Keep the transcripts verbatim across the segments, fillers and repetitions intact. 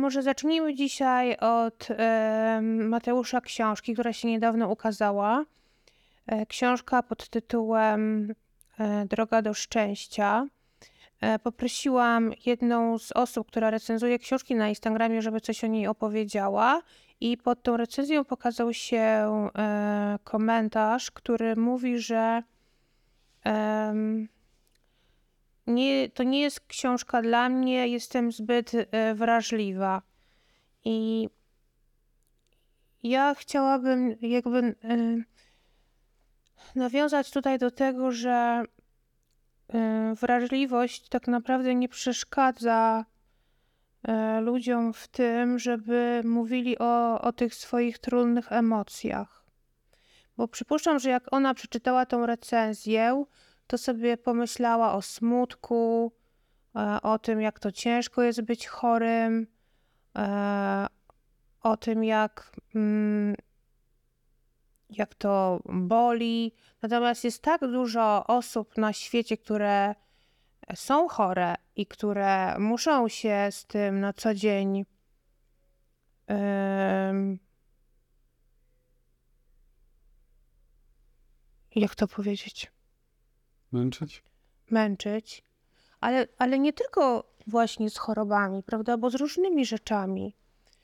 może zacznijmy dzisiaj od e, Mateusza książki, która się niedawno ukazała. E, książka pod tytułem e, Droga do szczęścia. E, poprosiłam jedną z osób, która recenzuje książki na Instagramie, żeby coś o niej opowiedziała i pod tą recenzją pokazał się e, komentarz, który mówi, że em, nie, to nie jest książka dla mnie, jestem zbyt e, wrażliwa. I ja chciałabym jakby e, nawiązać tutaj do tego, że e, wrażliwość tak naprawdę nie przeszkadza e, ludziom w tym, żeby mówili o, o tych swoich trudnych emocjach. Bo przypuszczam, że jak ona przeczytała tą recenzję, to sobie pomyślała o smutku, e, o tym, jak to ciężko jest być chorym, e, o tym, jak, mm, jak to boli. Natomiast jest tak dużo osób na świecie, które są chore i które muszą się z tym na co dzień em, jak to powiedzieć? Męczyć? Męczyć. Ale, ale nie tylko właśnie z chorobami, prawda? Bo z różnymi rzeczami.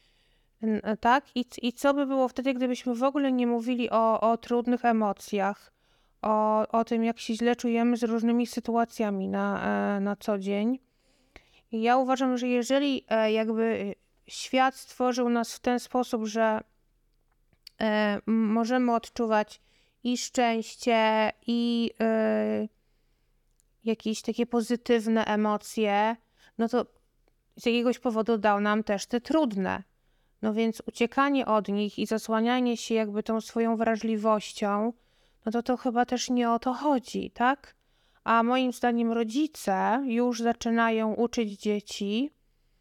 N- Tak? I, c- I co by było wtedy, gdybyśmy w ogóle nie mówili o, o trudnych emocjach, o, o tym, jak się źle czujemy z różnymi sytuacjami na, e, na co dzień. I ja uważam, że jeżeli e, jakby świat stworzył nas w ten sposób, że e, m- możemy odczuwać i szczęście, i e, jakieś takie pozytywne emocje, no to z jakiegoś powodu dał nam też te trudne. No więc uciekanie od nich i zasłanianie się jakby tą swoją wrażliwością, no to to chyba też nie o to chodzi, tak? A moim zdaniem rodzice już zaczynają uczyć dzieci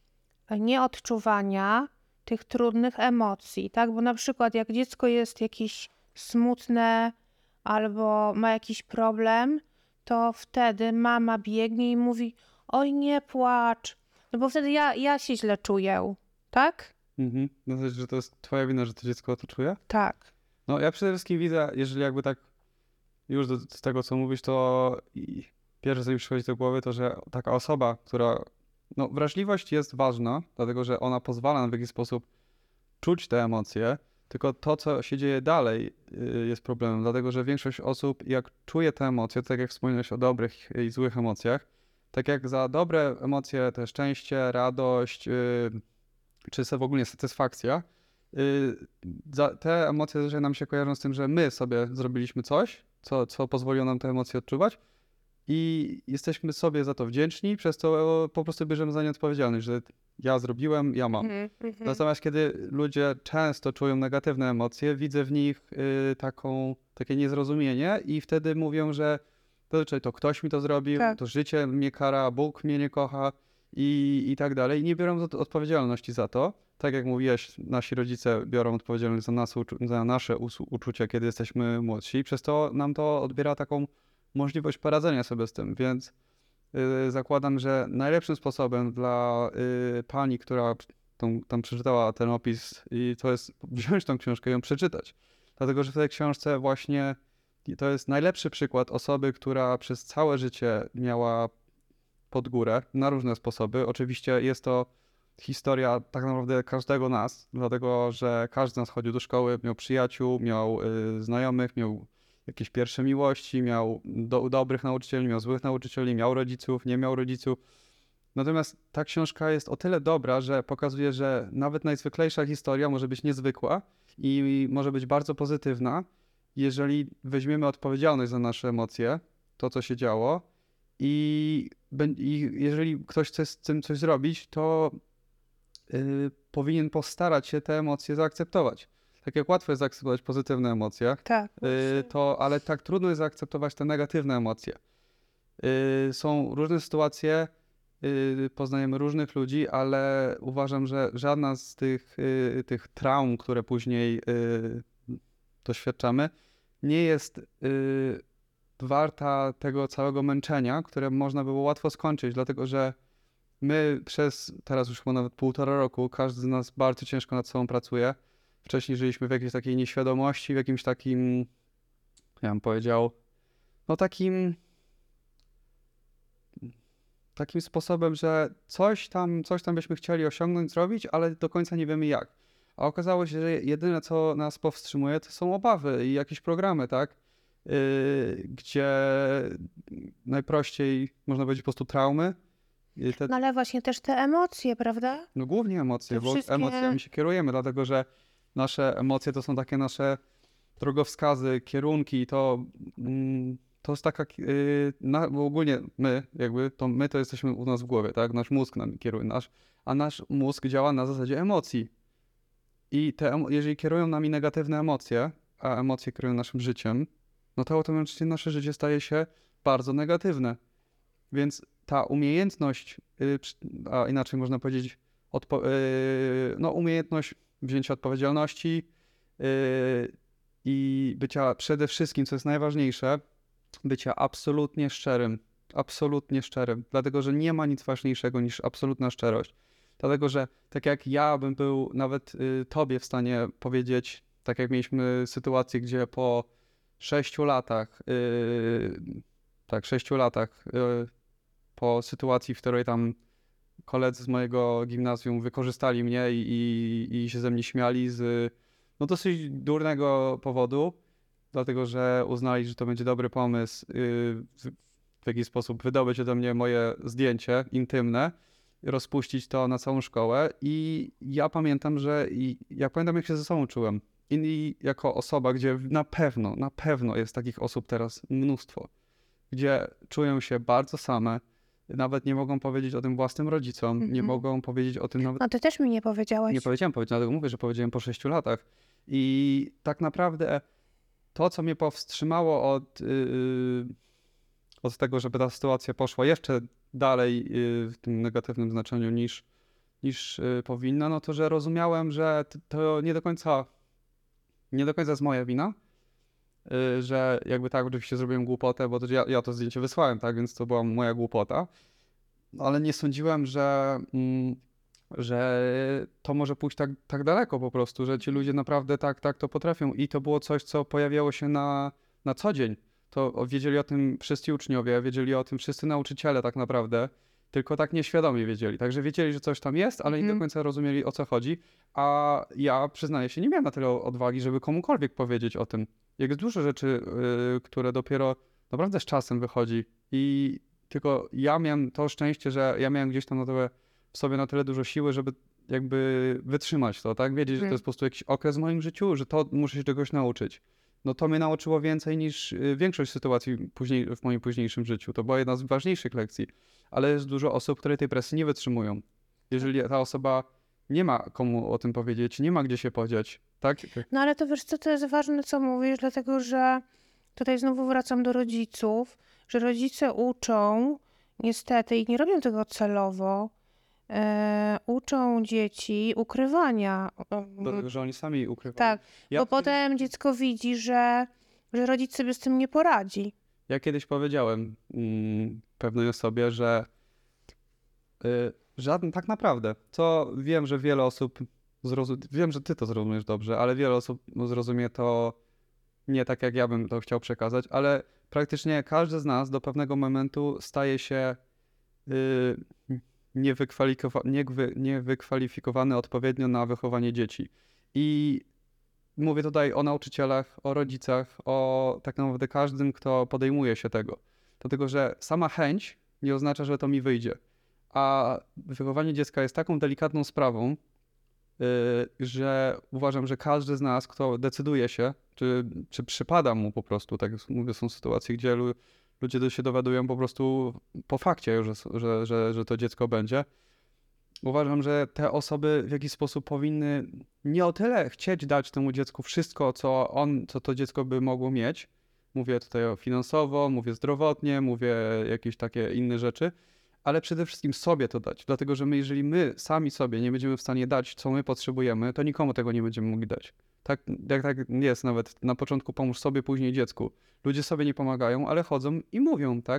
nieodczuwania tych trudnych emocji, tak? Bo na przykład jak dziecko jest jakieś smutne albo ma jakiś problem, to wtedy mama biegnie i mówi: oj, nie płacz, no bo wtedy ja, ja się źle czuję, tak? Mhm. No to, że to jest twoja wina, że to dziecko to czuje? Tak. No ja przede wszystkim widzę, jeżeli jakby tak już do, z tego, co mówisz, to i pierwsze, co mi przychodzi do głowy, to, że taka osoba, która... No wrażliwość jest ważna, dlatego że ona pozwala nam w jakiś sposób czuć te emocje, tylko to, co się dzieje dalej, y, jest problemem, dlatego że większość osób, jak czuje te emocje, tak jak wspomniałeś o dobrych i złych emocjach, tak jak za dobre emocje, te szczęście, radość, y, czy w ogóle satysfakcja, y, za, te emocje zazwyczaj nam się kojarzą z tym, że my sobie zrobiliśmy coś, co, co pozwoliło nam te emocje odczuwać i jesteśmy sobie za to wdzięczni, przez to po prostu bierzemy za nie odpowiedzialność, że ja zrobiłem, ja mam. Mhm, mhm. Natomiast kiedy ludzie często czują negatywne emocje, widzę w nich y, taką, takie niezrozumienie i wtedy mówią, że zazwyczaj to ktoś mi to zrobił, Tak. to życie mnie kara, Bóg mnie nie kocha i, i tak dalej. I nie biorą za to odpowiedzialności za to. Tak jak mówiłeś, nasi rodzice biorą odpowiedzialność za, nas, uczu- za nasze usu- uczucia, kiedy jesteśmy młodsi. Przez to nam to odbiera taką możliwość poradzenia sobie z tym, więc y, zakładam, że najlepszym sposobem dla y, pani, która tą, tam przeczytała ten opis i to jest wziąć tą książkę i ją przeczytać. Dlatego, że w tej książce właśnie to jest najlepszy przykład osoby, która przez całe życie miała pod górę na różne sposoby. Oczywiście jest to historia tak naprawdę każdego nas, dlatego, że każdy z nas chodził do szkoły, miał przyjaciół, miał y, znajomych, miał jakieś pierwsze miłości, miał do, dobrych nauczycieli, miał złych nauczycieli, miał rodziców, nie miał rodziców. Natomiast ta książka jest o tyle dobra, że pokazuje, że nawet najzwyklejsza historia może być niezwykła i może być bardzo pozytywna, jeżeli weźmiemy odpowiedzialność za nasze emocje, to co się działo i, i jeżeli ktoś chce z tym coś zrobić, to yy, powinien postarać się te emocje zaakceptować. Tak jak łatwo jest zaakceptować pozytywne emocje, Tak. yy, to, ale tak trudno jest zaakceptować te negatywne emocje. Yy, są różne sytuacje, yy, poznajemy różnych ludzi, ale uważam, że żadna z tych, yy, tych traum, które później yy, doświadczamy, nie jest yy, warta tego całego męczenia, które można było łatwo skończyć, dlatego że my przez teraz już chyba nawet półtora roku, każdy z nas bardzo ciężko nad sobą pracuje. Wcześniej żyliśmy w jakiejś takiej nieświadomości, w jakimś takim, ja bym powiedział, no takim, takim sposobem, że coś tam, coś tam byśmy chcieli osiągnąć, zrobić, ale do końca nie wiemy jak. A okazało się, że jedyne co nas powstrzymuje, to są obawy i jakieś programy, tak? Yy, gdzie najprościej można powiedzieć po prostu traumy. I te, No ale właśnie też te emocje, prawda? no głównie emocje, Te bo wszystkie- emocjami się kierujemy, dlatego że nasze emocje to są takie nasze drogowskazy, kierunki, to, mm, to jest taka, yy, na, bo ogólnie my, jakby, to my to jesteśmy u nas w głowie, tak? Nasz mózg nam kieruje, nasz, a nasz mózg działa na zasadzie emocji. I te, emo- jeżeli kierują nami negatywne emocje, a emocje kierują naszym życiem, no to automatycznie nasze życie staje się bardzo negatywne. Więc ta umiejętność, yy, przy- a inaczej można powiedzieć, odpo- yy, no umiejętność wzięcia odpowiedzialności yy, i bycia przede wszystkim, co jest najważniejsze, bycia absolutnie szczerym. Absolutnie szczerym. Dlatego, że nie ma nic ważniejszego niż absolutna szczerość. Dlatego, że tak jak ja bym był nawet y, tobie w stanie powiedzieć, tak jak mieliśmy sytuację, gdzie po sześciu latach, y, tak, sześciu latach, y, po sytuacji, w której tam koledzy z mojego gimnazjum wykorzystali mnie i, i, i się ze mnie śmiali z no dosyć durnego powodu, dlatego że uznali, że to będzie dobry pomysł, yy, w, w jakiś sposób wydobyć ode mnie moje zdjęcie intymne, rozpuścić to na całą szkołę i ja pamiętam, że i, ja pamiętam jak się ze sobą czułem. I jako osoba, gdzie na pewno, na pewno jest takich osób teraz mnóstwo, gdzie czują się bardzo same, nawet nie mogą powiedzieć o tym własnym rodzicom, nie Mhm. mogą powiedzieć o tym nawet... No ty też mi nie powiedziałeś. Nie powiedziałem powiedzieć, dlatego mówię, że powiedziałem po sześciu latach. I tak naprawdę to, co mnie powstrzymało od, yy, od tego, żeby ta sytuacja poszła jeszcze dalej yy, w tym negatywnym znaczeniu niż, niż yy, powinna, no to, że rozumiałem, że t- to nie do końca, nie do końca jest moja wina, yy, że jakby tak, oczywiście zrobiłem głupotę, bo to ja, ja to zdjęcie wysłałem, tak, więc to była moja głupota, ale nie sądziłem, że... Mm, że to może pójść tak, tak daleko po prostu, że ci ludzie naprawdę tak, tak to potrafią i to było coś, co pojawiało się na, na co dzień. To o- wiedzieli o tym wszyscy uczniowie, wiedzieli o tym wszyscy nauczyciele tak naprawdę, tylko tak nieświadomie wiedzieli. Także wiedzieli, że coś tam jest, ale nie do Mhm. końca rozumieli o co chodzi, a ja przyznaję się, nie miałem na tyle odwagi, żeby komukolwiek powiedzieć o tym. Jak jest dużo rzeczy, yy, które dopiero naprawdę z czasem wychodzi i tylko ja miałem to szczęście, że ja miałem gdzieś tam na tyle w sobie na tyle dużo siły, żeby jakby wytrzymać to, tak? Wiedzieć, że to Mhm. jest po prostu jakiś okres w moim życiu, że to muszę się czegoś nauczyć. No to mnie nauczyło więcej niż y, większość sytuacji później, w moim późniejszym życiu. To była jedna z ważniejszych lekcji, ale jest dużo osób, które tej presji nie wytrzymują. Jeżeli ta osoba nie ma komu o tym powiedzieć, nie ma gdzie się podziać, tak? No ale to wiesz co, to jest ważne, co mówisz, dlatego że tutaj znowu wracam do rodziców, że rodzice uczą niestety i nie robią tego celowo, e, uczą dzieci ukrywania. em, Dlatego, że oni sami ukrywają. Tak, Ja bo potem dziecko widzi, że, że rodzic sobie z tym nie poradzi. Ja kiedyś powiedziałem mm, pewnej osobie, że y, żaden, tak naprawdę, co wiem, że wiele osób zrozumie, wiem, że ty to zrozumiesz dobrze, ale wiele osób zrozumie to nie tak, jak ja bym to chciał przekazać, ale praktycznie każdy z nas do pewnego momentu staje się y, niewykwalifikowa- niewy- niewykwalifikowany odpowiednio na wychowanie dzieci. I mówię tutaj o nauczycielach, o rodzicach, o tak naprawdę każdym, kto podejmuje się tego. Dlatego, że sama chęć nie oznacza, że to mi wyjdzie. A wychowanie dziecka jest taką delikatną sprawą, yy, że uważam, że każdy z nas, kto decyduje się, czy, czy przypada mu po prostu, tak jak mówię, są sytuacje, gdzie lu- ludzie się dowiadują po prostu po fakcie już, że, że, że, że to dziecko będzie. Uważam, że te osoby w jakiś sposób powinny nie o tyle chcieć dać temu dziecku wszystko, co on, co to dziecko by mogło mieć. Mówię tutaj o finansowo, mówię zdrowotnie, mówię jakieś takie inne rzeczy, ale przede wszystkim sobie to dać. Dlatego, że my, jeżeli my sami sobie nie będziemy w stanie dać, co my potrzebujemy, to nikomu tego nie będziemy mogli dać. Tak jak tak jest nawet na początku pomóż sobie, później dziecku. Ludzie sobie nie pomagają, ale chodzą i mówią, tak?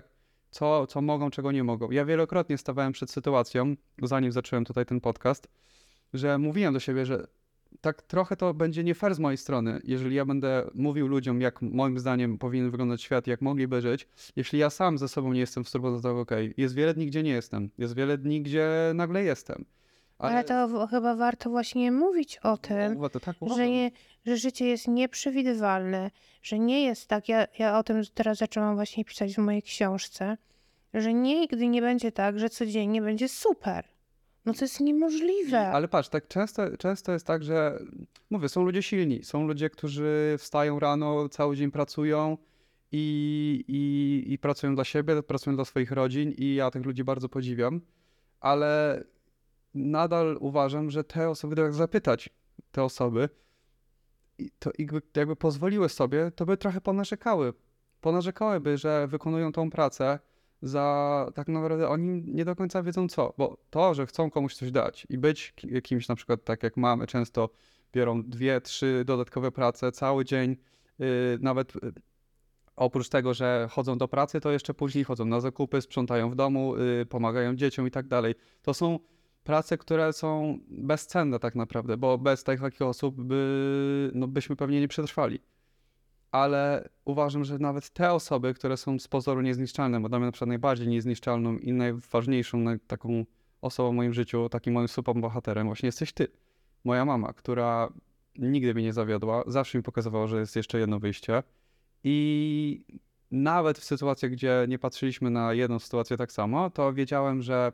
co, co mogą, czego nie mogą. Ja wielokrotnie stawałem przed sytuacją, zanim zacząłem tutaj ten podcast, że mówiłem do siebie, że tak trochę to będzie nie fair z mojej strony, jeżeli ja będę mówił ludziom, jak moim zdaniem powinien wyglądać świat, jak mogliby żyć, jeśli ja sam ze sobą nie jestem w sto procent okej. Jest wiele dni, gdzie nie jestem. Jest wiele dni, gdzie nagle jestem. Ale to w- chyba warto właśnie mówić o tym, Uwa- to tak że, uważam. nie, że życie jest nieprzewidywalne, że nie jest tak, ja, ja o tym teraz zaczęłam właśnie pisać w mojej książce, że nigdy nie będzie tak, że codziennie będzie super. No to jest niemożliwe. Ale patrz, tak często, często jest tak, że mówię, są ludzie silni, są ludzie, którzy wstają rano, cały dzień pracują i, i, i pracują dla siebie, pracują dla swoich rodzin i ja tych ludzi bardzo podziwiam, ale nadal uważam, że te osoby, gdyby zapytać te osoby, i to jakby, jakby pozwoliły sobie, to by trochę ponarzekały. Ponarzekałyby, że wykonują tą pracę za tak naprawdę oni nie do końca wiedzą co, bo to, że chcą komuś coś dać i być ki- kimś na przykład tak jak mamy, często biorą dwie, trzy dodatkowe prace cały dzień, yy, nawet yy, oprócz tego, że chodzą do pracy, to jeszcze później chodzą na zakupy, sprzątają w domu, yy, pomagają dzieciom i tak dalej. To są prace, które są bezcenne tak naprawdę, bo bez takich osób by, no, byśmy pewnie nie przetrwali. Ale uważam, że nawet te osoby, które są z pozoru niezniszczalne, bo dla mnie na przykład najbardziej niezniszczalną i najważniejszą naj- taką osobą w moim życiu, takim moim super bohaterem właśnie jesteś ty. Moja mama, która nigdy mnie nie zawiodła, zawsze mi pokazywała, że jest jeszcze jedno wyjście i nawet w sytuacjach, gdzie nie patrzyliśmy na jedną sytuację tak samo, to wiedziałem, że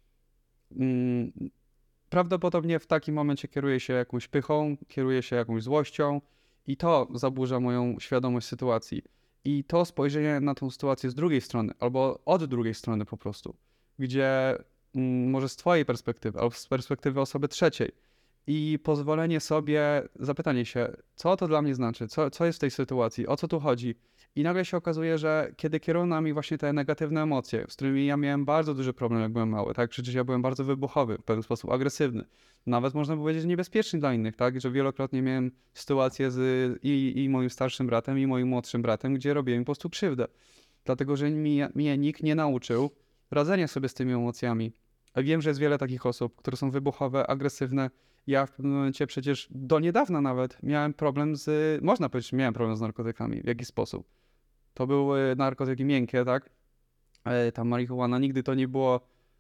mm, prawdopodobnie w takim momencie kieruję się jakąś pychą, kieruję się jakąś złością i to zaburza moją świadomość sytuacji. I to spojrzenie na tą sytuację z drugiej strony, albo od drugiej strony po prostu, gdzie mm, może z twojej perspektywy, albo z perspektywy osoby trzeciej i pozwolenie sobie, zapytanie się, co to dla mnie znaczy, co, co jest w tej sytuacji, o co tu chodzi. I nagle się okazuje, że kiedy kierują nami właśnie te negatywne emocje, z którymi ja miałem bardzo duży problem, jak byłem mały, tak? Przecież ja byłem bardzo wybuchowy, w pewien sposób agresywny. Nawet można by powiedzieć niebezpieczny dla innych, tak? Że wielokrotnie miałem sytuacje z i, i moim starszym bratem, i moim młodszym bratem, gdzie robiłem po prostu krzywdę. Dlatego, że mnie, mnie nikt nie nauczył radzenia sobie z tymi emocjami. A wiem, że jest wiele takich osób, które są wybuchowe, agresywne. Ja w pewnym momencie przecież do niedawna nawet miałem problem z, można powiedzieć, miałem problem z narkotykami. W jaki sposób? To były narkotyki miękkie, tak? E, Ta marihuana, nigdy to nie było,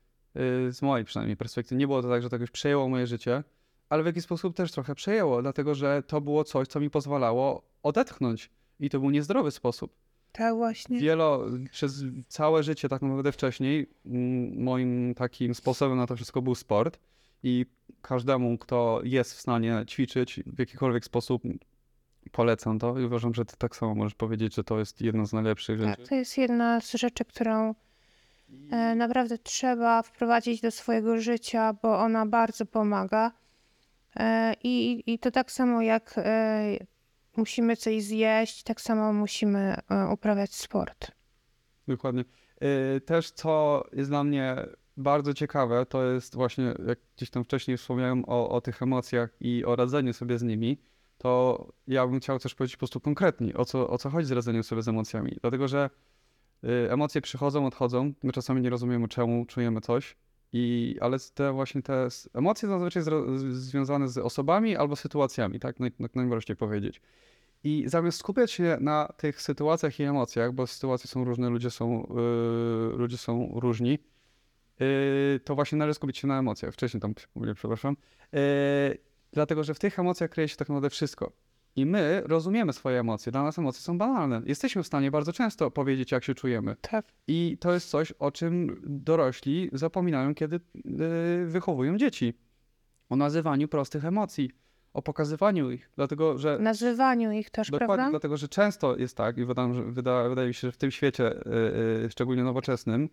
y, z mojej przynajmniej perspektywy, nie było to tak, że to jakoś przejęło moje życie, ale w jakiś sposób też trochę przejęło, dlatego że to było coś, co mi pozwalało odetchnąć i to był niezdrowy sposób. Tak właśnie. Wielo, przez całe życie tak naprawdę wcześniej mm, moim takim sposobem na to wszystko był sport i każdemu, kto jest w stanie ćwiczyć w jakikolwiek sposób, polecam to i uważam, że ty tak samo możesz powiedzieć, że to jest jedna z najlepszych Tak, rzeczy. to jest jedna z rzeczy, którą e, naprawdę trzeba wprowadzić do swojego życia, bo ona bardzo pomaga. E, I, I to tak samo jak e, musimy coś zjeść, tak samo musimy e, uprawiać sport. Dokładnie. Y, Też co jest dla mnie bardzo ciekawe, to jest właśnie, jak gdzieś tam wcześniej wspomniałem o, o tych emocjach i o radzeniu sobie z nimi, to ja bym chciał też powiedzieć po prostu konkretnie, o co, o co chodzi z radzeniem sobie z emocjami. Dlatego, że y, emocje przychodzą, odchodzą, my czasami nie rozumiemy czemu czujemy coś, i, ale te właśnie te s- emocje zazwyczaj zro- z- związane z osobami albo sytuacjami, tak naj, tak najprościej powiedzieć. I zamiast skupiać się na tych sytuacjach i emocjach, bo sytuacje są różne, ludzie są, yy, ludzie są różni, yy, to właśnie należy skupić się na emocjach. Wcześniej tam się pomyliłem, przepraszam. Yy, dlatego, że w tych emocjach kryje się tak naprawdę wszystko. I my rozumiemy swoje emocje. Dla nas emocje są banalne. Jesteśmy w stanie bardzo często powiedzieć, jak się czujemy. Tak. I to jest coś, o czym dorośli zapominają, kiedy yy, wychowują dzieci. O nazywaniu prostych emocji, o pokazywaniu ich. Dlatego, że W nazywaniu ich też, dokładnie, prawda? dlatego że często jest tak, i wydaje, że, wyda, wydaje mi się, że w tym świecie, y, y, szczególnie nowoczesnym,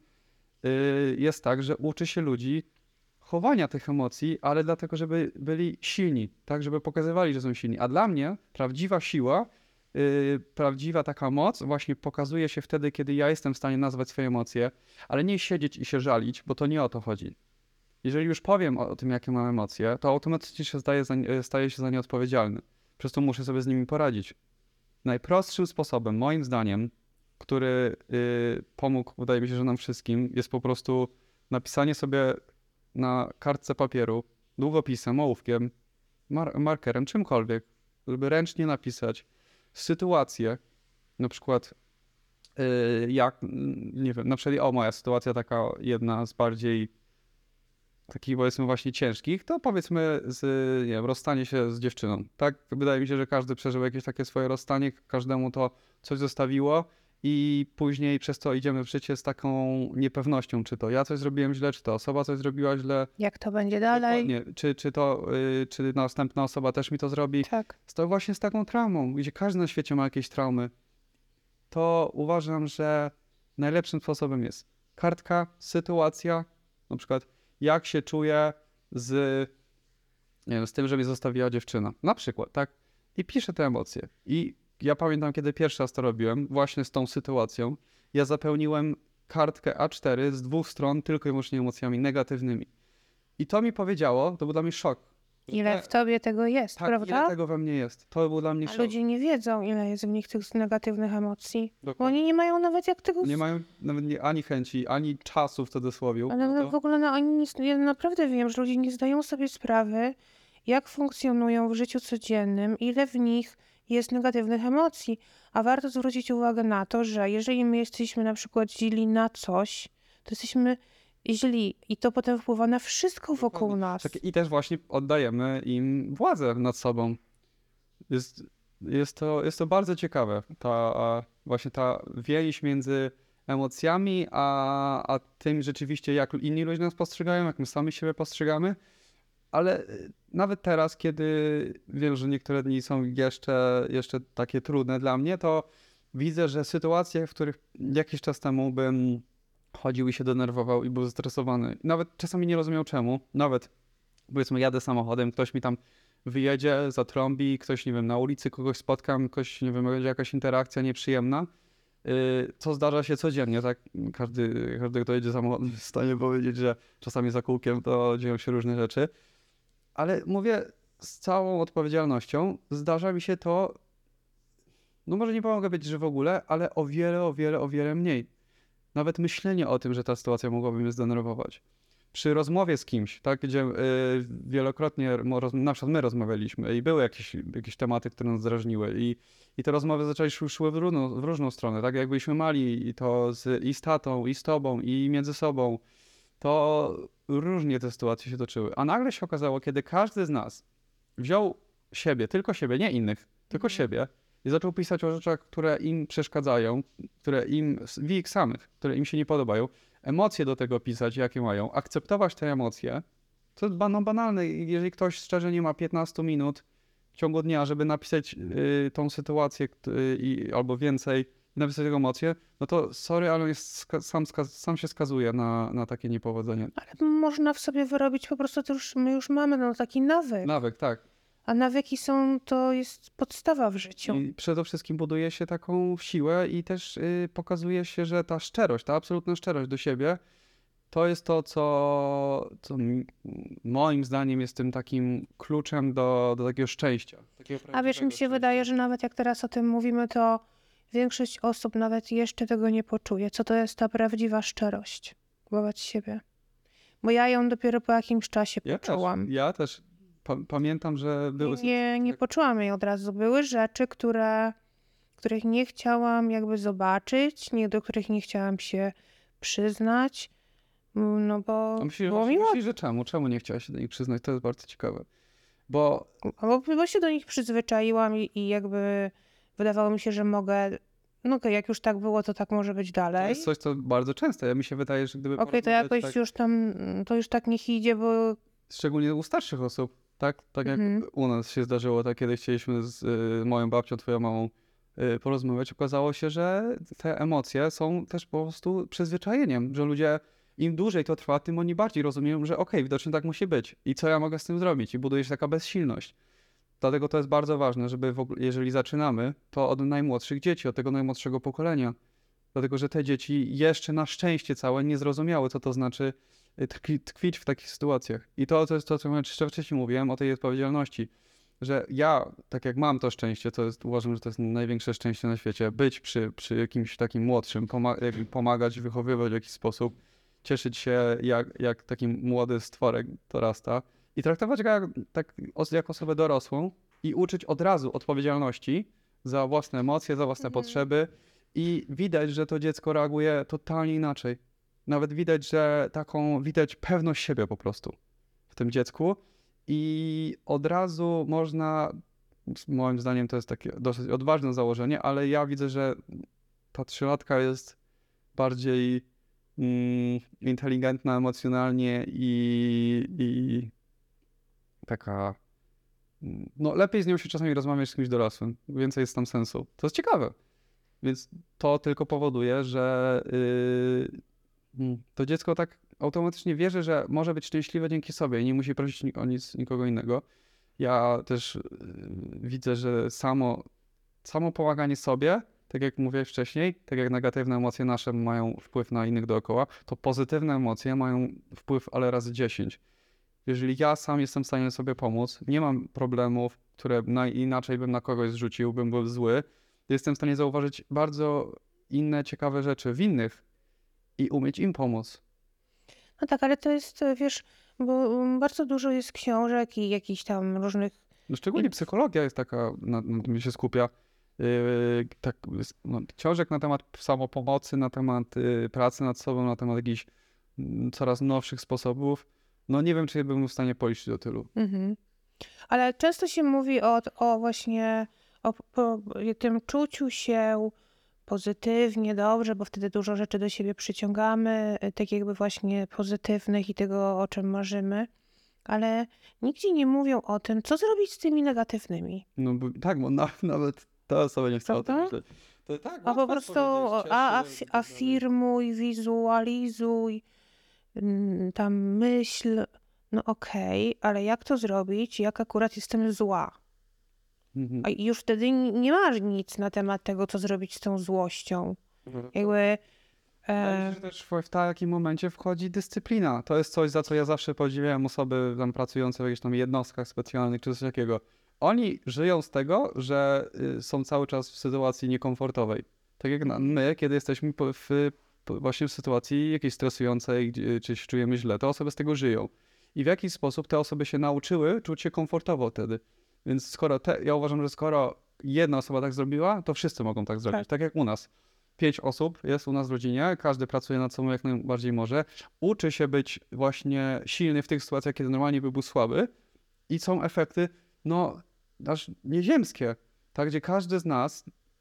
y, jest tak, że uczy się ludzi chowania tych emocji, ale dlatego, żeby byli silni, tak, żeby pokazywali, że są silni. A dla mnie prawdziwa siła, y, prawdziwa taka moc właśnie pokazuje się wtedy, kiedy ja jestem w stanie nazwać swoje emocje, ale nie siedzieć i się żalić, bo to nie o to chodzi. Jeżeli już powiem o, o tym, jakie mam emocje, to automatycznie się zdaje za, nie- staję się za nie odpowiedzialny. Przez to muszę sobie z nimi poradzić. Najprostszym sposobem, moim zdaniem, który y, pomógł, wydaje mi się, że nam wszystkim, jest po prostu napisanie sobie na kartce papieru, długopisem, ołówkiem, mar- markerem, czymkolwiek, żeby ręcznie napisać sytuację, na przykład y, jak, mm, nie wiem, na przykład o moja sytuacja taka jedna z bardziej takich powiedzmy właśnie ciężkich, to powiedzmy z, nie wiem, rozstanie się z dziewczyną, tak? Wydaje mi się, że każdy przeżył jakieś takie swoje rozstanie, każdemu to coś zostawiło i później przez to idziemy w życie z taką niepewnością, czy to ja coś zrobiłem źle, czy to osoba coś zrobiła źle. Jak to będzie dalej? Dokładnie. Czy, czy to, y, czy następna osoba też mi to zrobi. Tak. To właśnie z taką traumą, gdzie każdy na świecie ma jakieś traumy. To uważam, że najlepszym sposobem jest kartka, sytuacja, na przykład jak się czuję z, nie wiem, z tym, że mnie zostawiła dziewczyna. Na przykład, tak? I piszę te emocje. I ja pamiętam, kiedy pierwszy raz to robiłem, właśnie z tą sytuacją, ja zapełniłem kartkę A cztery z dwóch stron tylko i wyłącznie emocjami negatywnymi. I to mi powiedziało, to był dla mnie szok. Ile w tobie tego jest, Tak, prawda? ile tego we mnie jest. To był dla mnie A szok. ludzie nie wiedzą, ile jest w nich tych negatywnych emocji. Bo Dokładnie. oni nie mają nawet jak tego... Nie mają nawet nie, ani chęci, ani czasu w cudzysłowie. Ale no no to... w ogóle no, oni nie, ja naprawdę wiem, że ludzie nie zdają sobie sprawy, jak funkcjonują w życiu codziennym, ile w nich jest negatywnych emocji. A warto zwrócić uwagę na to, że jeżeli my jesteśmy na przykład źli na coś, to jesteśmy źli i to potem wpływa na wszystko wokół Dokładnie. nas. Tak, i też właśnie oddajemy im władzę nad sobą. Jest, jest, to, jest to bardzo ciekawe, ta a, właśnie ta więź między emocjami, a, a tym rzeczywiście, jak inni ludzie nas postrzegają, jak my sami siebie postrzegamy. Ale y, nawet teraz, kiedy wiem, że niektóre dni są jeszcze, jeszcze takie trudne dla mnie, to widzę, że sytuacje, w których jakiś czas temu bym chodził i się denerwował i był zestresowany, nawet czasami nie rozumiał czemu, nawet powiedzmy jadę samochodem, ktoś mi tam wyjedzie, zatrąbi, ktoś, nie wiem, na ulicy kogoś spotkam, ktoś, nie wiem, będzie jakaś interakcja nieprzyjemna, yy, co zdarza się codziennie, tak? Każdy, każdy, kto jedzie samochodem, jest w stanie powiedzieć, że czasami za kółkiem to dzieją się różne rzeczy, ale mówię z całą odpowiedzialnością, zdarza mi się to, no może nie pomogę powiedzieć, że w ogóle, ale o wiele, o wiele, o wiele mniej. Nawet myślenie o tym, że ta sytuacja mogłaby mnie zdenerwować. Przy rozmowie z kimś, tak, gdzie y, wielokrotnie, mo- roz, na przykład my rozmawialiśmy i były jakieś, jakieś tematy, które nas drażniły i, i te rozmowy zaczęły szły, szły w, różną, w różną stronę, tak, jak byliśmy mali i to z, i z tatą, i z tobą, i między sobą, to różnie te sytuacje się toczyły. A nagle się okazało, kiedy każdy z nas wziął siebie, tylko siebie, nie innych, tylko Mhm. siebie i zaczął pisać o rzeczach, które im przeszkadzają, które im, w ich samych, które im się nie podobają, emocje do tego pisać, jakie mają, akceptować te emocje, to jest ba- no, banalne. Jeżeli ktoś szczerze nie ma piętnaście minut w ciągu dnia, żeby napisać y, tą sytuację y, i, albo więcej, napisać tego emocje, no to sorry, ale on jest ska- sam, ska- sam się skazuje na, na takie niepowodzenie. Ale można w sobie wyrobić po prostu, to już, my już mamy no, taki nawyk. Nawyk, tak. A nawyki są, to jest podstawa w życiu. I przede wszystkim buduje się taką siłę i też y, pokazuje się, że ta szczerość, ta absolutna szczerość do siebie, to jest to, co, co m- moim zdaniem jest tym takim kluczem do, do takiego szczęścia. Takiego A wiesz, mi prawdziwego się szczęścia. wydaje, że nawet jak teraz o tym mówimy, to większość osób nawet jeszcze tego nie poczuje. Co to jest ta prawdziwa szczerość wobec siebie? Bo ja ją dopiero po jakimś czasie Ja też, poczułam. ja też pa- pamiętam, że były... Nie, nie tak. poczułam jej od razu. Były rzeczy, które, których nie chciałam jakby zobaczyć, nie, do których nie chciałam się przyznać, mm, no bo A myślisz, było mi myślisz, łatwo. myślisz, że czemu? Czemu nie chciałaś się do nich przyznać? To jest bardzo ciekawe. Bo Bo, bo się do nich przyzwyczaiłam i, i jakby wydawało mi się, że mogę, no okej, jak już tak było, to tak może być to dalej. jest coś, co bardzo często. Ja mi się wydaje, że gdyby Okej, to porozmawiać jakoś tak, już tam, to już tak niech idzie, bo szczególnie u starszych osób, tak? Tak jak Mhm. u nas się zdarzyło, tak kiedy chcieliśmy z y, moją babcią, twoją mamą y, porozmawiać, okazało się, że te emocje są też po prostu przyzwyczajeniem, że ludzie, im dłużej to trwa, tym oni bardziej rozumieją, że okej, widocznie tak musi być i co ja mogę z tym zrobić i buduje się taka bezsilność. Dlatego to jest bardzo ważne, żeby w ogóle, jeżeli zaczynamy, to od najmłodszych dzieci, od tego najmłodszego pokolenia. Dlatego, że te dzieci jeszcze na szczęście całe nie zrozumiały, co to znaczy tkwi, tkwić w takich sytuacjach. I to, to jest to, co ja wcześniej mówiłem o tej odpowiedzialności. że ja, tak jak mam to szczęście, to jest, uważam, że to jest największe szczęście na świecie, być przy, przy jakimś takim młodszym, poma- pomagać, wychowywać w jakiś sposób, cieszyć się, jak, jak taki młody stworek dorasta i traktować go jak, tak, os- jak osobę dorosłą i uczyć od razu odpowiedzialności za własne emocje, za własne Mhm. potrzeby i widać, że to dziecko reaguje totalnie inaczej. Nawet widać, że taką, widać pewność siebie po prostu w tym dziecku i od razu można, moim zdaniem to jest takie dosyć odważne założenie, ale ja widzę, że ta trzylatka jest bardziej mm, inteligentna emocjonalnie i, i taka, mm, no lepiej z nią się czasami rozmawiać z kimś dorosłym, więcej jest tam sensu. To jest ciekawe. Więc to tylko powoduje, że yy, mm, to dziecko tak automatycznie wierzy, że może być szczęśliwe dzięki sobie i nie musi prosić ni- o nic nikogo innego. Ja też yy, widzę, że samo, samo pomaganie sobie, tak jak mówiłeś wcześniej, tak jak negatywne emocje nasze mają wpływ na innych dookoła, to pozytywne emocje mają wpływ ale razy dziesięć. Jeżeli ja sam jestem w stanie sobie pomóc, nie mam problemów, które na, inaczej bym na kogoś zrzucił, bym był zły, jestem w stanie zauważyć bardzo inne ciekawe rzeczy w innych i umieć im pomóc. No tak, ale to jest, e, wiesz, bo mm, bardzo dużo jest książek i jakichś tam różnych. No szczególnie psychologia jest taka, na, na tym się skupia. Yy, tak, jest, no, książek na temat samopomocy, na temat yy, pracy nad sobą, na temat jakichś mm, coraz nowszych sposobów. No nie wiem, czy bym był w stanie policzyć do tylu. Mhm. Ale często się mówi o, o właśnie o po, tym czuciu się pozytywnie, dobrze, bo wtedy dużo rzeczy do siebie przyciągamy, y, tak jakby właśnie pozytywnych i tego, o czym marzymy, ale nigdzie nie mówią o tym, co zrobić z tymi negatywnymi. No bo, tak, bo na, nawet ta osoba nie chce o tym Prawda? myśleć. To tak, A po łatwo prostu powiedzieć, ciesz a, się afi- i tak dalej. afirmuj, wizualizuj, mm, tam myśl. No okej, ale jak to zrobić, jak akurat jestem zła? Mhm. A i już wtedy n- nie masz nic na temat tego, co zrobić z tą złością. Jakby. Wydaje mi E, się, że też w w takim momencie wchodzi dyscyplina. To jest coś, za co ja zawsze podziwiałem osoby tam pracujące w jakichś tam jednostkach specjalnych czy coś takiego. Oni żyją z tego, że y, są cały czas w sytuacji niekomfortowej. Tak jak na, my, kiedy jesteśmy po, w, po, właśnie w sytuacji jakiejś stresującej, gdzie, czy się czujemy źle, to osoby z tego żyją. I w jakiś sposób te osoby się nauczyły czuć się komfortowo wtedy. Więc skoro te, ja uważam, że skoro jedna osoba tak zrobiła, to wszyscy mogą tak zrobić. Tak. Tak jak u nas. Pięć osób jest u nas w rodzinie, każdy pracuje nad sobą jak najbardziej może, uczy się być właśnie silny w tych sytuacjach, kiedy normalnie by był słaby i są efekty, no, aż nieziemskie, tak, gdzie każdy z nas,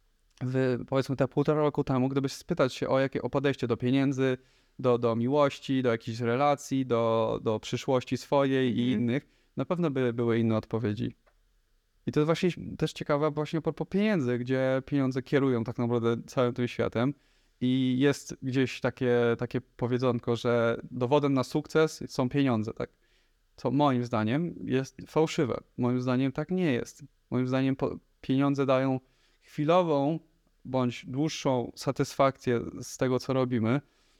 w, powiedzmy te półtora roku temu, gdybyś spytać się o jakie o podejście do pieniędzy, do, do miłości, do jakichś relacji, do, do przyszłości swojej i Mhm. innych, na pewno by były inne odpowiedzi. I to jest właśnie też ciekawe właśnie a propos pieniędzy, gdzie pieniądze kierują tak naprawdę całym tym światem i jest gdzieś takie, takie powiedzonko, że dowodem na sukces są pieniądze, tak? Co moim zdaniem jest fałszywe. Moim zdaniem tak nie jest. Moim zdaniem po, pieniądze dają chwilową bądź dłuższą satysfakcję z tego, co robimy,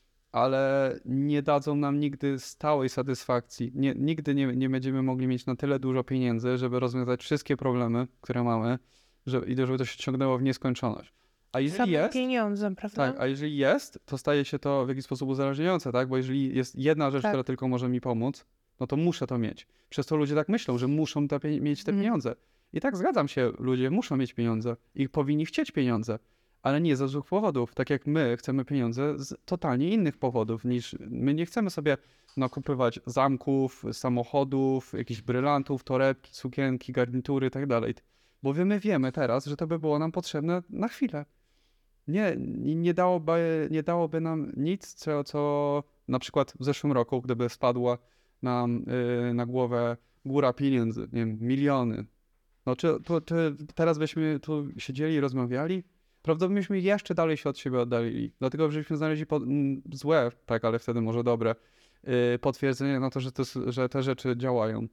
ale nie dadzą nam nigdy stałej satysfakcji. Nie, nigdy nie, nie będziemy mogli mieć na tyle dużo pieniędzy, żeby rozwiązać wszystkie problemy, które mamy, żeby, i żeby to się ciągnęło w nieskończoność. A jeżeli Samym jest, pieniądzem, prawda? tak, a jeżeli jest, to staje się to w jakiś sposób uzależniające, tak? Bo jeżeli jest jedna rzecz, Tak. która tylko może mi pomóc, no to muszę to mieć. Przez to ludzie tak myślą, że muszą te, pie- mieć te Mhm. pieniądze. I tak zgadzam się, ludzie muszą mieć pieniądze i powinni chcieć pieniądze, ale nie ze złych powodów. Tak jak my chcemy pieniądze z totalnie innych powodów niż my nie chcemy sobie nakupywać zamków, samochodów, jakichś brylantów, torebki, sukienki, garnitury i tak dalej. Bo wy- my wiemy teraz, że to by było nam potrzebne na chwilę. Nie, nie nie dałoby, nie dałoby nam nic, co, co na przykład w zeszłym roku, gdyby spadła nam y, na głowę góra pieniędzy, nie wiem, miliony. No czy, to, czy teraz byśmy tu siedzieli i rozmawiali? Prawdopodobnie byśmy jeszcze dalej się od siebie oddalili. Dlatego, żeśmy znaleźli po, m, złe, tak, ale wtedy może dobre, y, potwierdzenie na to, że, to, s- że te rzeczy działają.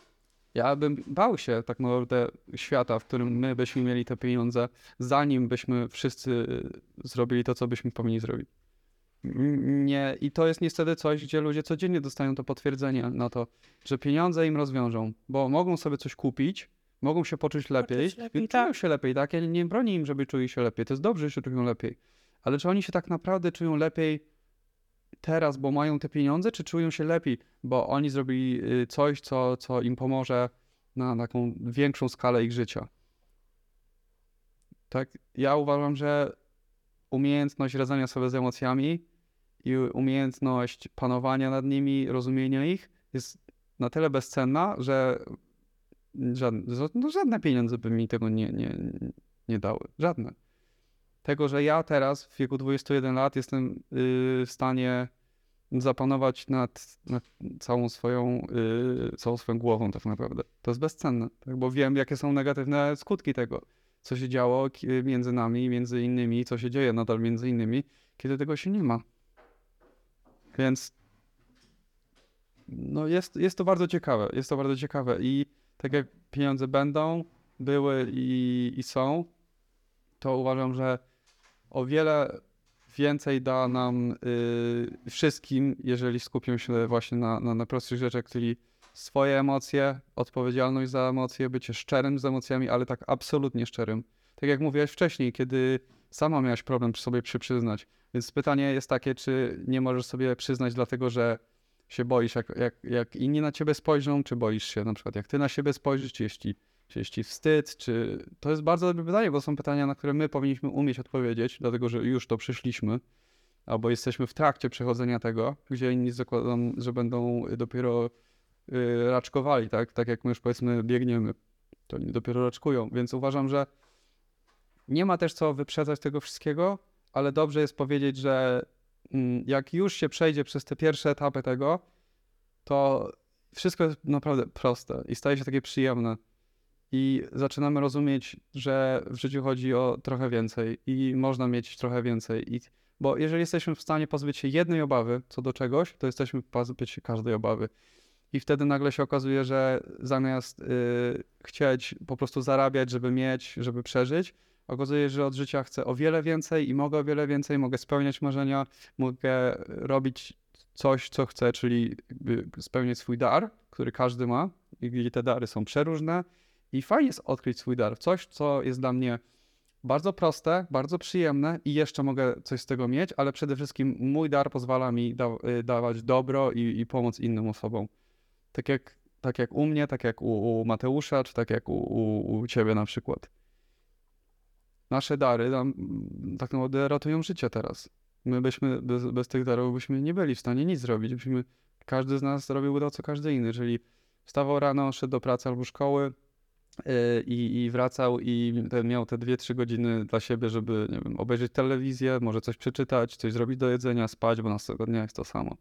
Ja bym bał się tak naprawdę świata, w którym my byśmy mieli te pieniądze, zanim byśmy wszyscy y, zrobili to, co byśmy powinni zrobić. N- Nie, i to jest niestety coś, gdzie ludzie codziennie dostają to potwierdzenie na to, że pieniądze im rozwiążą, bo mogą sobie coś kupić, mogą się poczuć lepiej, Poczuć lepiej, i czują tak. się lepiej, tak? Ja nie, nie bronię im, żeby czuli się lepiej. To jest dobrze, że się czują lepiej. Ale czy oni się tak naprawdę czują lepiej teraz, bo mają te pieniądze, czy czują się lepiej, bo oni zrobili y, coś, co, co im pomoże na taką większą skalę ich życia? Tak? Ja uważam, że umiejętność radzenia sobie z emocjami i umiejętność panowania nad nimi, rozumienia ich jest na tyle bezcenna, że żadne, no żadne pieniądze by mi tego nie, nie, nie dały. Żadne. Tego, że ja teraz w wieku dwudziestu jeden lat jestem yy, w stanie zapanować nad, nad całą swoją, yy, całą swoją głową tak naprawdę. To jest bezcenne, tak? Bo wiem, jakie są negatywne skutki tego, co się działo k- między nami, między innymi, co się dzieje nadal między innymi, kiedy tego się nie ma. Więc no jest, jest to bardzo ciekawe, jest to bardzo ciekawe i tak jak pieniądze będą, były i, i są, to uważam, że o wiele więcej da nam y, wszystkim, jeżeli skupią się właśnie na, na, na prostych rzeczach, czyli swoje emocje, odpowiedzialność za emocje, bycie szczerym z emocjami, ale tak absolutnie szczerym. Tak jak mówiłeś wcześniej, kiedy sama miałaś problem sobie przy przyznać. Więc pytanie jest takie, czy nie możesz sobie przyznać dlatego, że się boisz, jak, jak, jak inni na ciebie spojrzą, czy boisz się na przykład, jak ty na siebie spojrzysz, czy jeśli czy jeśli wstyd, czy... To jest bardzo dobre pytanie, bo są pytania, na które my powinniśmy umieć odpowiedzieć, dlatego że już to przeszliśmy, albo jesteśmy w trakcie przechodzenia tego, gdzie inni zakładam, że będą dopiero yy, raczkowali, tak? Tak jak my już powiedzmy biegniemy, to oni dopiero raczkują, więc uważam, że nie ma też co wyprzedzać tego wszystkiego, ale dobrze jest powiedzieć, że mm, jak już się przejdzie przez te pierwsze etapy tego, to wszystko jest naprawdę proste i staje się takie przyjemne. I zaczynamy rozumieć, że w życiu chodzi o trochę więcej i można mieć trochę więcej. I, bo jeżeli jesteśmy w stanie pozbyć się jednej obawy co do czegoś, to jesteśmy pozbyć się każdej obawy. I wtedy nagle się okazuje, że zamiast y, chcieć po prostu zarabiać, żeby mieć, żeby przeżyć, okazuje się, że od życia chcę o wiele więcej i mogę o wiele więcej, mogę spełniać marzenia, mogę robić coś, co chcę, czyli jakby spełniać swój dar, który każdy ma i te dary są przeróżne. I fajnie jest odkryć swój dar, coś, co jest dla mnie bardzo proste, bardzo przyjemne i jeszcze mogę coś z tego mieć, ale przede wszystkim mój dar pozwala mi da dawać dobro i, i pomoc innym osobom. Tak jak, tak jak u mnie, tak jak u, u Mateusza, czy tak jak u, u, u ciebie na przykład. Nasze dary nam tak naprawdę ratują życie teraz. My byśmy, bez, bez tych darów byśmy nie byli w stanie nic zrobić. Byśmy, każdy z nas robił to, co każdy inny, czyli wstawał rano, szedł do pracy albo szkoły, I, i wracał i te, miał te dwie trzy godziny dla siebie, żeby nie wiem, obejrzeć telewizję, może coś przeczytać, coś zrobić do jedzenia, spać, bo następnego dnia jest to samo.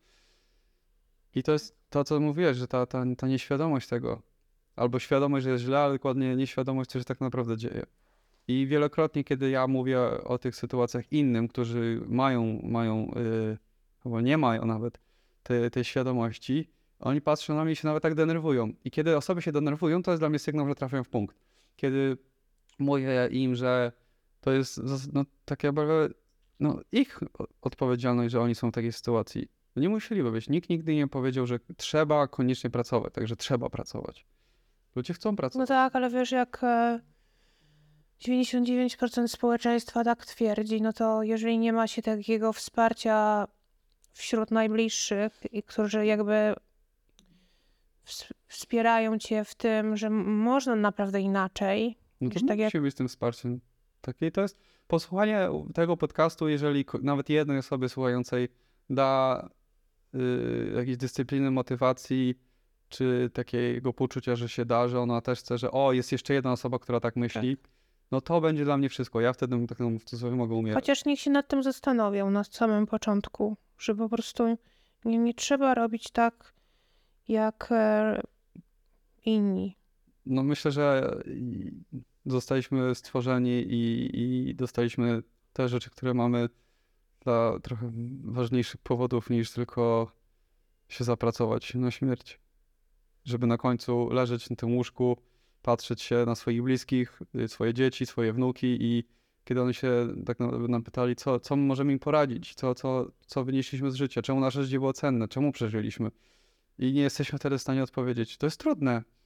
I to jest to, co mówiłeś, że ta, ta, ta nieświadomość tego, albo świadomość, że jest źle, ale dokładnie nieświadomość, co się tak naprawdę dzieje. I wielokrotnie, kiedy ja mówię o tych sytuacjach innym, którzy mają, mają yy, albo nie mają nawet tej, tej świadomości, oni patrzą na mnie i się nawet tak denerwują. I kiedy osoby się denerwują, to jest dla mnie sygnał, że trafiają w punkt. Kiedy mówię im, że to jest no, takie no, ich odpowiedzialność, że oni są w takiej sytuacji. No nie musieliby być. Nikt nigdy nie powiedział, że trzeba koniecznie pracować, także trzeba pracować. Ludzie chcą No pracować. tak, ale wiesz, jak e, dziewięćdziesiąt dziewięć procent społeczeństwa tak twierdzi, no to jeżeli nie ma się takiego wsparcia wśród najbliższych, i którzy jakby ws- wspierają cię w tym, że m- można naprawdę inaczej, No to niż tak jak... musi być z tym wsparciem. Takie to jest posłuchanie tego podcastu, jeżeli ko- nawet jednej osobie słuchającej da y, jakiejś dyscypliny, motywacji, czy takiego poczucia, że się da, że ona też chce, że o, jest jeszcze jedna osoba, która tak myśli, no to będzie dla mnie wszystko. Ja wtedy tak w cudzysłowie mogę umierać. Chociaż niech się nad tym zastanowią na samym początku, że po prostu nie, nie trzeba robić tak, jak e, inni. No myślę, że i- zostaliśmy stworzeni i, i dostaliśmy te rzeczy, które mamy dla trochę ważniejszych powodów niż tylko się zapracować na śmierć. Żeby na końcu leżeć na tym łóżku, patrzeć się na swoich bliskich, y, swoje dzieci, swoje wnuki i kiedy oni się tak naprawdę nam pytali, co, co my możemy im poradzić, co, co, co wynieśliśmy z życia, czemu nasze życie było cenne, czemu przeżyliśmy. I nie jesteśmy wtedy w stanie odpowiedzieć. To jest trudne.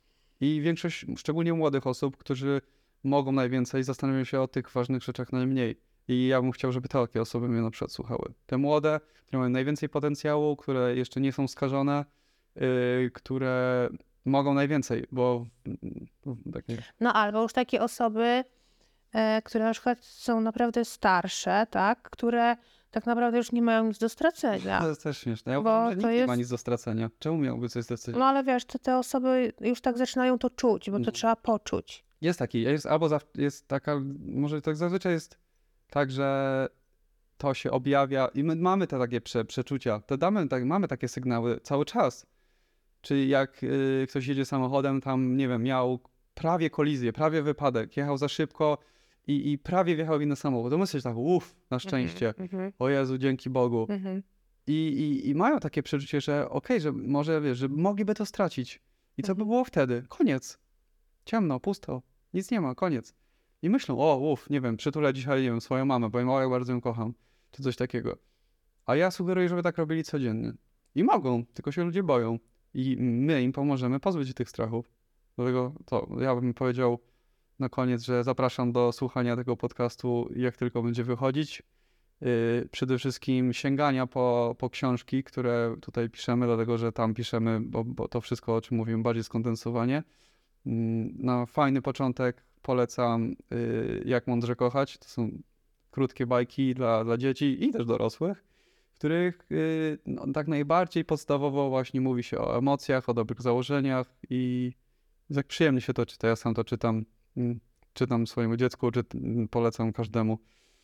I większość, szczególnie młodych osób, którzy mogą najwięcej, zastanawiają się o tych ważnych rzeczach najmniej. I ja bym chciał, żeby takie osoby mnie na przykład słuchały. Te młode, które mają najwięcej potencjału, które jeszcze nie są skażone, yy, które mogą najwięcej, bo yy, takie... No albo już takie osoby, e, które na przykład są naprawdę starsze, tak? Które tak naprawdę już nie mają nic do stracenia. To jest też śmieszne. Ja Bo uważam, że to nikt nie ma jest- nic do stracenia. Czemu miałby coś do stracenia? No ale wiesz, to te osoby już tak zaczynają to czuć, bo to Mhm. trzeba poczuć. Jest taki, jest albo zaw- jest taka, może tak zazwyczaj jest tak, że to się objawia i my mamy te takie prze, przeczucia, to damy, tak, mamy takie sygnały cały czas. Czyli jak y, ktoś jedzie samochodem, tam nie wiem, miał prawie kolizję, prawie wypadek, jechał za szybko i, i prawie wjechał w inny samochód, to myślisz tak, uff, na szczęście, Mhm, o Jezu, dzięki Bogu. mhm, I, i, i mają takie przeczucie, że okej, że może, wiesz, że mogliby to stracić. I co by Mhm. było wtedy? Koniec. Ciemno, pusto, nic nie ma, koniec. I myślą, o, uff, nie wiem, przytulę dzisiaj, nie wiem, swoją mamę, bo ja bardzo ją kocham, czy coś takiego. A ja sugeruję, żeby tak robili codziennie. I mogą, tylko się ludzie boją. I my im pomożemy pozbyć się tych strachów. Dlatego to ja bym powiedział na koniec, że zapraszam do słuchania tego podcastu, jak tylko będzie wychodzić. Yy, przede wszystkim sięgania po, po książki, które tutaj piszemy, dlatego że tam piszemy, bo, bo to wszystko, o czym mówimy, bardziej skondensowanie. Yy, na fajny początek polecam yy, Jak mądrze kochać. To są krótkie bajki dla, dla dzieci i też dorosłych, w których yy, no, tak najbardziej podstawowo właśnie mówi się o emocjach, o dobrych założeniach i tak przyjemnie się to czyta. Ja sam to czytam, yy, czytam swojemu dziecku, czy, yy, polecam każdemu.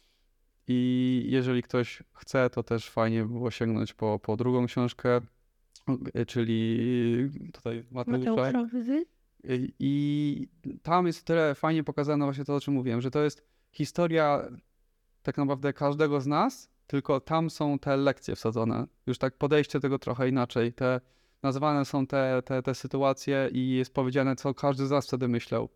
I jeżeli ktoś chce, to też fajnie by było sięgnąć po, po drugą książkę, yy, czyli tutaj Mateusza. Mateusza, mhm. I- I tam jest tyle fajnie pokazane właśnie to, o czym mówiłem, że to jest historia tak naprawdę każdego z nas, tylko tam są te lekcje wsadzone. Już tak podejście do tego trochę inaczej. Te, nazwane są te, te, te sytuacje i jest powiedziane, co każdy z nas wtedy myślał.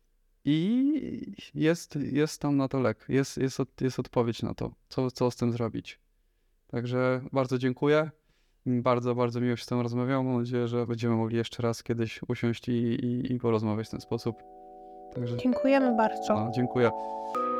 I jest, jest tam na to lek, jest, jest, od, jest odpowiedź na to, co, co z tym zrobić. Także bardzo dziękuję. Bardzo, bardzo miło się z tym rozmawiało. Mam nadzieję, że będziemy mogli jeszcze raz kiedyś usiąść i, i, i porozmawiać w ten sposób. Także Dziękujemy bardzo. no, dziękuję.